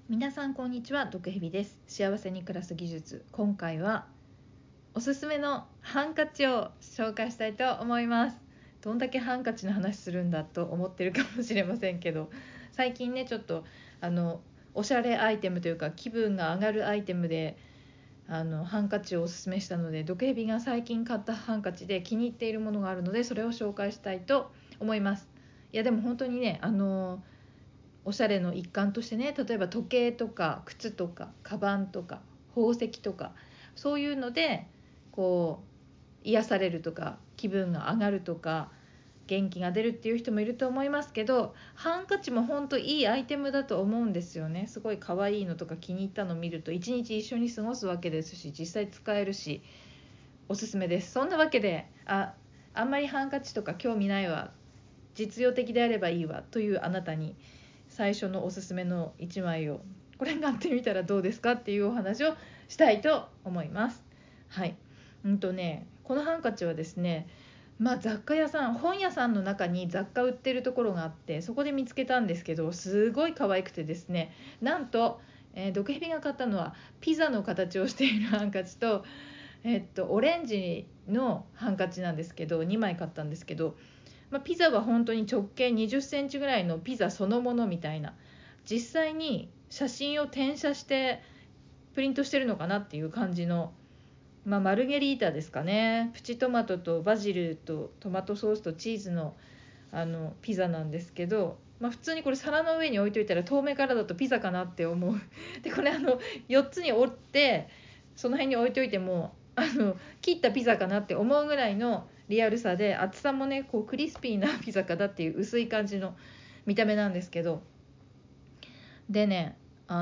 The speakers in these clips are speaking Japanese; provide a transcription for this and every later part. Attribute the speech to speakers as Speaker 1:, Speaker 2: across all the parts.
Speaker 1: 皆さんこんにちは、毒蛇です。幸せに暮らす技術、今回はおすすめのハンカチを紹介したいと思います。どんだけハンカチの話するんだと思ってるかもしれませんけど、最近ねちょっとおしゃれアイテムというか気分が上がるアイテムでハンカチをおすすめしたので、毒蛇が最近買ったハンカチで気に入っているものがあるので、それを紹介したいと思います。いやでも本当にねおしゃれの一環としてね、例えば時計とか靴とかカバンとか宝石とか、そういうのでこう癒されるとか気分が上がるとか元気が出るっていう人もいると思いますけど、ハンカチも本当いいアイテムだと思うんですよね。すごい可愛いのとか気に入ったの見ると一日一緒に過ごすわけですし、実際使えるしおすすめです。そんなわけであんまりハンカチとか興味ないわ、実用的であればいいわというあなたに、最初のおすすめの1枚をこれ買ってみたらどうですかっていうお話をしたいと思います。はい。このハンカチはですね、雑貨屋さん、本屋さんの中に雑貨売ってるところがあって、そこで見つけたんですけど、すごい可愛くてですね、なんと、毒蛇が買ったのはピザの形をしているハンカチと、オレンジのハンカチなんですけど、2枚買ったんですけど、ピザは本当に直径20センチぐらいのピザそのものみたいな、実際に写真を転写してプリントしてるのかなっていう感じの、マルゲリータですかね。プチトマトとバジルとトマトソースとチーズのピザなんですけど、普通にこれ皿の上に置いといたら遠目からだとピザかなって思う。でこれ4つに折ってその辺に置いといても切ったピザかなって思うぐらいのリアルさで、厚さもねこうクリスピーなピザかだっていう薄い感じの見た目なんですけど、でね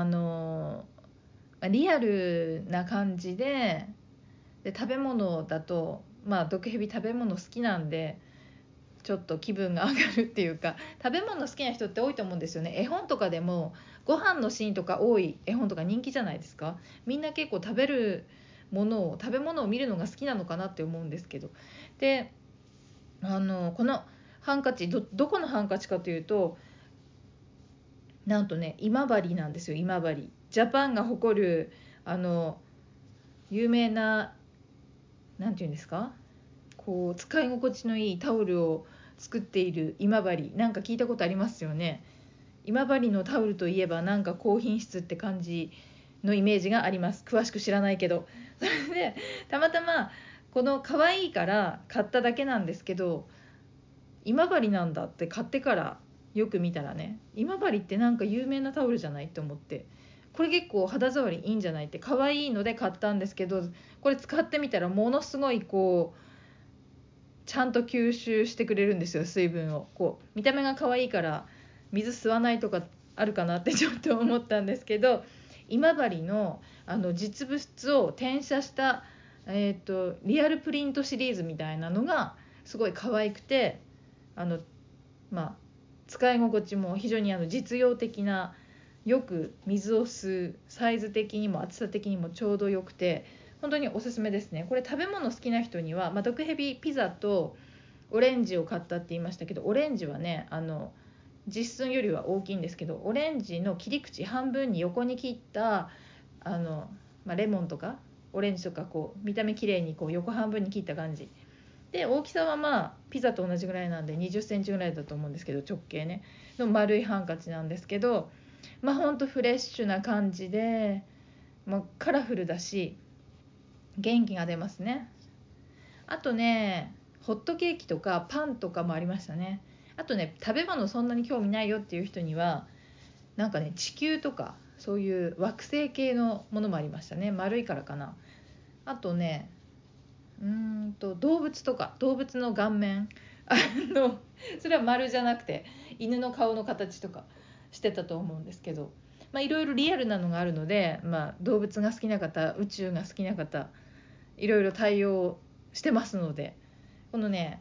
Speaker 1: リアルな感じで食べ物だと毒蛇食べ物好きなんで、ちょっと気分が上がるっていうか、食べ物好きな人って多いと思うんですよね。絵本とかでもご飯のシーンとか多い絵本とか人気じゃないですか。みんな結構食べ物を見るのが好きなのかなって思うんですけど、でこのハンカチどこのハンカチかというと、なんとね今治なんですよ。今治ジャパンが誇る有名な、なんていうんですか、こう使い心地のいいタオルを作っている今治、なんか聞いたことありますよね。今治のタオルといえばなんか高品質って感じのイメージがあります。詳しく知らないけど。それでたまたまこの可愛いから買っただけなんですけど、今治なんだって買ってからよく見たらね、今治ってなんか有名なタオルじゃないって思って、これ結構肌触りいいんじゃないって可愛いので買ったんですけど、これ使ってみたらものすごいこうちゃんと吸収してくれるんですよ、水分を。こう見た目が可愛いから水吸わないとかあるかなってちょっと思ったんですけど、今治の実物を転写した、リアルプリントシリーズみたいなのがすごい可愛くて、あのまあ使い心地も非常に実用的な、よく水を吸う、サイズ的にも厚さ的にもちょうどよくて本当におすすめですね。これ食べ物好きな人には、毒蛇ピザとオレンジを買ったって言いましたけど、オレンジはね実寸よりは大きいんですけど、オレンジの切り口半分に横に切ったレモンとかオレンジとかこう見た目綺麗にこう横半分に切った感じで、大きさはピザと同じぐらいなんで20センチぐらいだと思うんですけど、直径ねの丸いハンカチなんですけど、ほんとフレッシュな感じで、カラフルだし元気が出ますね。あとねホットケーキとかパンとかもありましたね。あとね食べ物そんなに興味ないよっていう人にはなんかね地球とかそういう惑星系のものもありましたね。丸いからかな。あとね動物とか動物の顔面それは丸じゃなくて犬の顔の形とかしてたと思うんですけど、いろいろリアルなのがあるので、動物が好きな方、宇宙が好きな方、いろいろ対応してますので、このね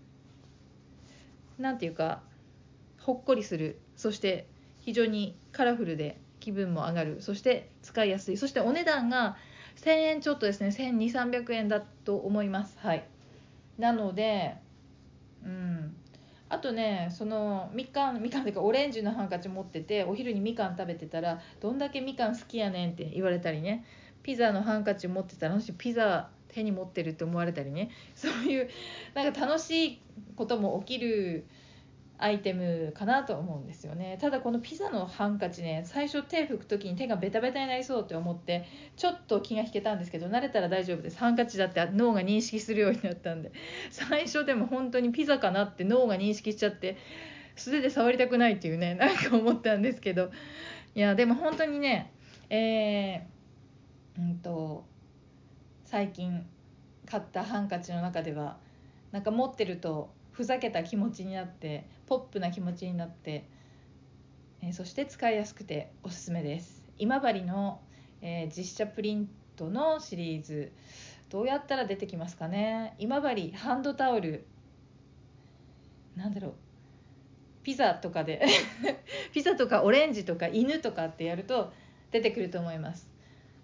Speaker 1: なんていうかほっこりする、そして非常にカラフルで気分も上がる、そして使いやすい、そしてお値段が1000円ちょっとですね。1200、300円だと思います。はい。なのであとね、そのみかんっていうかオレンジのハンカチ持ってて、お昼にみかん食べてたらどんだけみかん好きやねんって言われたりね、ピザのハンカチ持ってたら私ピザ手に持ってるって思われたりね、そういうなんか楽しいことも起きるアイテムかなと思うんですよね。ただこのピザのハンカチね、最初手拭く時に手がベタベタになりそうって思ってちょっと気が引けたんですけど、慣れたら大丈夫です。ハンカチだって脳が認識するようになったんで、最初でも本当にピザかなって脳が認識しちゃって素手で触りたくないっていうね、なんか思ったんですけど、いやでも本当にね、最近買ったハンカチの中ではなんか持ってるとふざけた気持ちになってポップな気持ちになって、そして使いやすくておすすめです。今治の、実写プリントのシリーズ、どうやったら出てきますかね。今治ハンドタオル、なんだろう、ピザとかでピザとかオレンジとか犬とかってやると出てくると思います。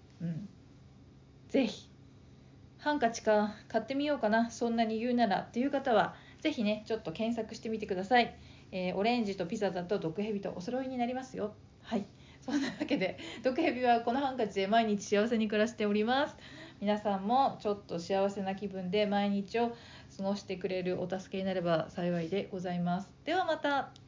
Speaker 1: ぜひハンカチか買ってみようかな、そんなに言うならっていう方はぜひねちょっと検索してみてください。オレンジとピザだと毒蛇とお揃いになりますよ。はい、そんなわけで毒蛇はこのハンカチで毎日幸せに暮らしております。皆さんもちょっと幸せな気分で毎日を過ごしてくれるお助けになれば幸いでございます。ではまた。